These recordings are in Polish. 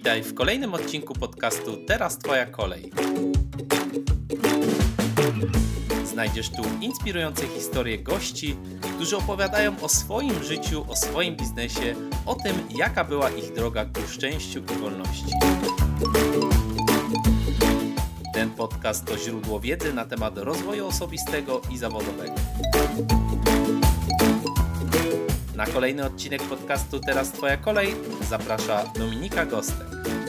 Witaj w kolejnym odcinku podcastu Teraz Twoja kolej. Znajdziesz tu inspirujące historie gości, którzy opowiadają o swoim życiu, o swoim biznesie, o tym, jaka była ich droga ku szczęściu i wolności. Ten podcast to źródło wiedzy na temat rozwoju osobistego i zawodowego. Na kolejny odcinek podcastu Teraz Twoja kolej zaprasza Dominika Gostek.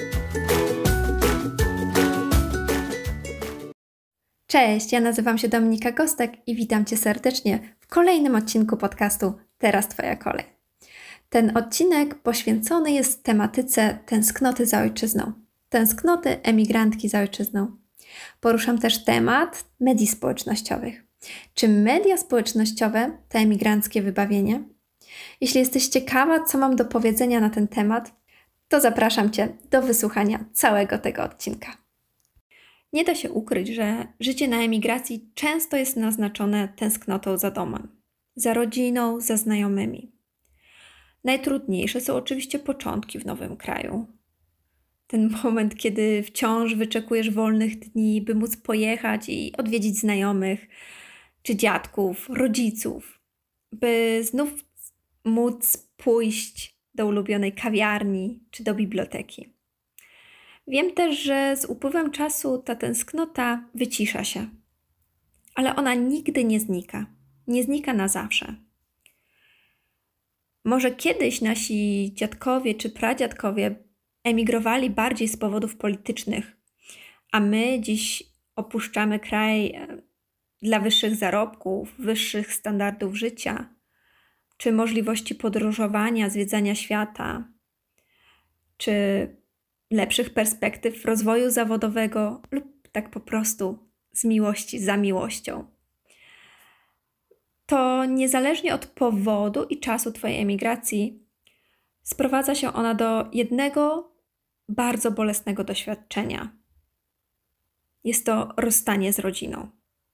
Cześć, ja nazywam się Dominika Gostek i witam Cię serdecznie w kolejnym odcinku podcastu Teraz Twoja kolej. Ten odcinek poświęcony jest tematyce tęsknoty za ojczyzną, tęsknoty emigrantki za ojczyzną. Poruszam też temat mediów społecznościowych. Czy media społecznościowe to emigranckie wybawienie? Jeśli jesteś ciekawa, co mam do powiedzenia na ten temat, to zapraszam Cię do wysłuchania całego tego odcinka. Nie da się ukryć, że życie na emigracji często jest naznaczone tęsknotą za domem, za rodziną, za znajomymi. Najtrudniejsze są oczywiście początki w nowym kraju. Ten moment, kiedy wciąż wyczekujesz wolnych dni, by móc pojechać i odwiedzić znajomych, czy dziadków, rodziców, by znów móc pójść do ulubionej kawiarni czy do biblioteki. Wiem też, że z upływem czasu ta tęsknota wycisza się, ale ona nigdy nie znika. Nie znika na zawsze. Może kiedyś nasi dziadkowie czy pradziadkowie emigrowali bardziej z powodów politycznych, a my dziś opuszczamy kraj dla wyższych zarobków, wyższych standardów życia, czy możliwości podróżowania, zwiedzania świata, czy lepszych perspektyw rozwoju zawodowego lub tak po prostu z miłości za miłością. To niezależnie od powodu i czasu Twojej emigracji sprowadza się ona do jednego bardzo bolesnego doświadczenia. Jest to rozstanie z rodziną.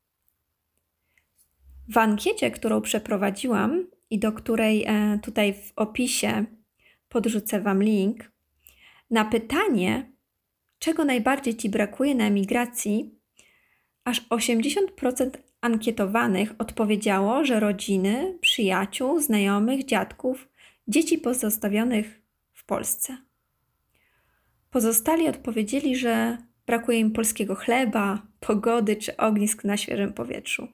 W ankiecie, którą przeprowadziłam i do której tutaj w opisie podrzucę Wam link, na pytanie, czego najbardziej Ci brakuje na emigracji, aż 80% ankietowanych odpowiedziało, że rodziny, przyjaciół, znajomych, dziadków, dzieci pozostawionych w Polsce. Pozostali odpowiedzieli, że brakuje im polskiego chleba, pogody czy ognisk na świeżym powietrzu.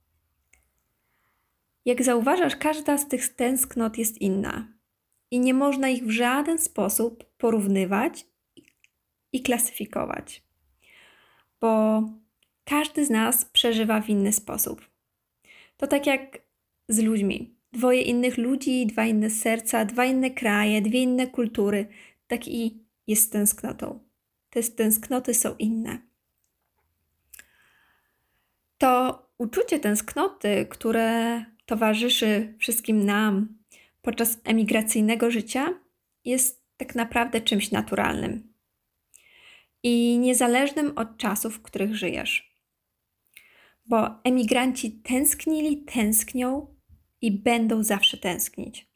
Jak zauważasz, każda z tych tęsknot jest inna i nie można ich w żaden sposób porównywać i klasyfikować, bo każdy z nas przeżywa w inny sposób. To tak jak z ludźmi. Dwoje innych ludzi, dwa inne serca, dwa inne kraje, dwie inne kultury. Tak i jest z tęsknotą. Te tęsknoty są inne. To uczucie tęsknoty, które towarzyszy wszystkim nam podczas emigracyjnego życia, jest tak naprawdę czymś naturalnym i niezależnym od czasów, w których żyjesz. Bo emigranci tęsknili, tęsknią i będą zawsze tęsknić.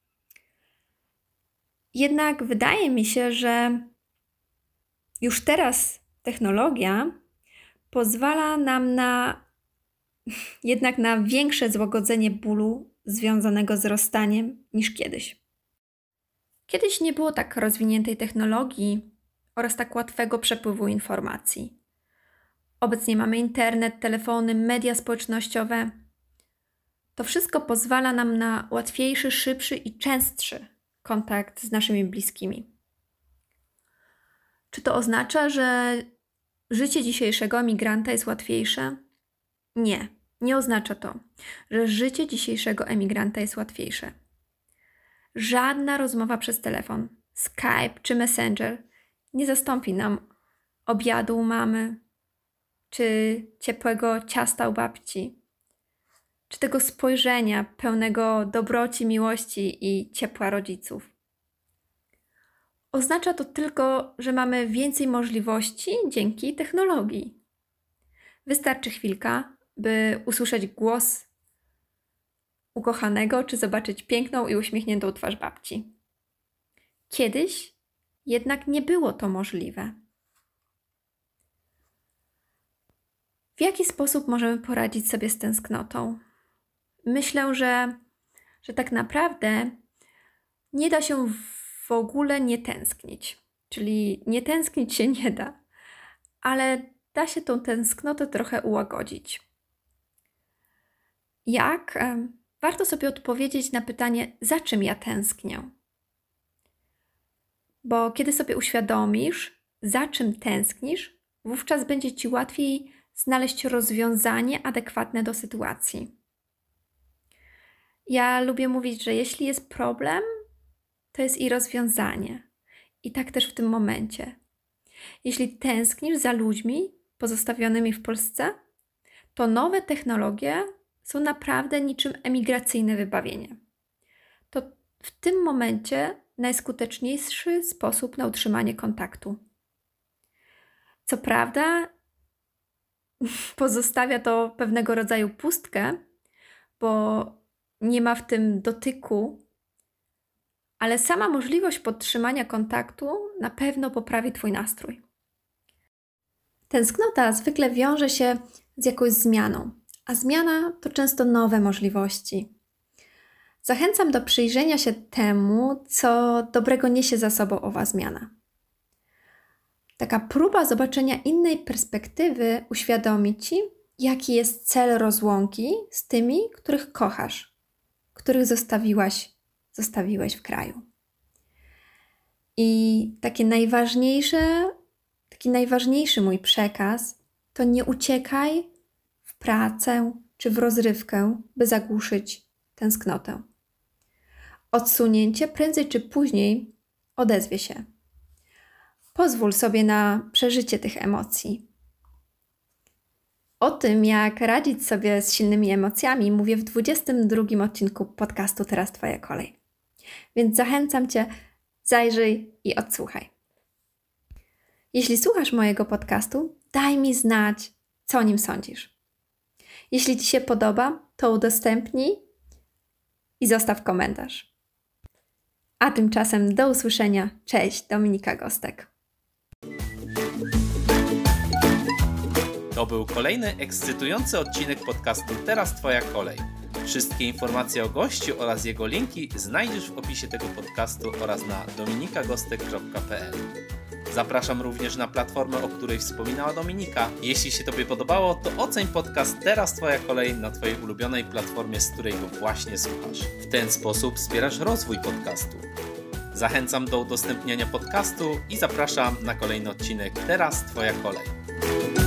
Jednak wydaje mi się, że już teraz technologia pozwala nam jednak na większe złagodzenie bólu związanego z rozstaniem niż kiedyś. Kiedyś nie było tak rozwiniętej technologii oraz tak łatwego przepływu informacji. Obecnie mamy internet, telefony, media społecznościowe. To wszystko pozwala nam na łatwiejszy, szybszy i częstszy kontakt z naszymi bliskimi. Czy to oznacza, że życie dzisiejszego emigranta jest łatwiejsze? Nie oznacza to, że życie dzisiejszego emigranta jest łatwiejsze. Żadna rozmowa przez telefon, Skype czy Messenger nie zastąpi nam obiadu u mamy, czy ciepłego ciasta u babci, czy tego spojrzenia pełnego dobroci, miłości i ciepła rodziców. Oznacza to tylko, że mamy więcej możliwości dzięki technologii. Wystarczy chwilka, by usłyszeć głos ukochanego, czy zobaczyć piękną i uśmiechniętą twarz babci. Kiedyś Jednak nie było to możliwe. W jaki sposób możemy poradzić sobie z tęsknotą? Myślę, że tak naprawdę nie da się w ogóle nie tęsknić. Czyli nie tęsknić się nie da, ale da się tą tęsknotę trochę ułagodzić. Jak? Warto sobie odpowiedzieć na pytanie, za czym ja tęsknię? Bo kiedy sobie uświadomisz, za czym tęsknisz, wówczas będzie Ci łatwiej znaleźć rozwiązanie adekwatne do sytuacji. Ja lubię mówić, że jeśli jest problem, to jest i rozwiązanie. I tak też w tym momencie. Jeśli tęsknisz za ludźmi pozostawionymi w Polsce, to nowe technologie są naprawdę niczym emigracyjne wybawienie. To w tym momencie najskuteczniejszy sposób na utrzymanie kontaktu. Co prawda pozostawia to pewnego rodzaju pustkę, bo nie ma w tym dotyku, ale sama możliwość podtrzymania kontaktu na pewno poprawi Twój nastrój. Tęsknota zwykle wiąże się z jakąś zmianą, a zmiana to często nowe możliwości. Zachęcam do przyjrzenia się temu, co dobrego niesie za sobą owa zmiana. Taka próba zobaczenia innej perspektywy uświadomi Ci, jaki jest cel rozłąki z tymi, których kochasz, których zostawiłeś w kraju. I taki najważniejszy mój przekaz to nie uciekaj w pracę czy w rozrywkę, by zagłuszyć tęsknotę. Odsunięcie prędzej czy później odezwie się. Pozwól sobie na przeżycie tych emocji. O tym, jak radzić sobie z silnymi emocjami, mówię w 22 odcinku podcastu Teraz Twoja kolej. Więc zachęcam Cię, zajrzyj i odsłuchaj. Jeśli słuchasz mojego podcastu, daj mi znać, co o nim sądzisz. Jeśli Ci się podoba, to udostępnij i zostaw komentarz. A tymczasem do usłyszenia. Cześć, Dominika Gostek. To był kolejny ekscytujący odcinek podcastu Teraz Twoja kolej. Wszystkie informacje o gościu oraz jego linki znajdziesz w opisie tego podcastu oraz na dominikagostek.pl. Zapraszam również na platformę, o której wspominała Dominika. Jeśli się Tobie podobało, to oceń podcast Teraz Twoja kolej na Twojej ulubionej platformie, z której go właśnie słuchasz. W ten sposób wspierasz rozwój podcastu. Zachęcam do udostępniania podcastu i zapraszam na kolejny odcinek Teraz Twoja kolej.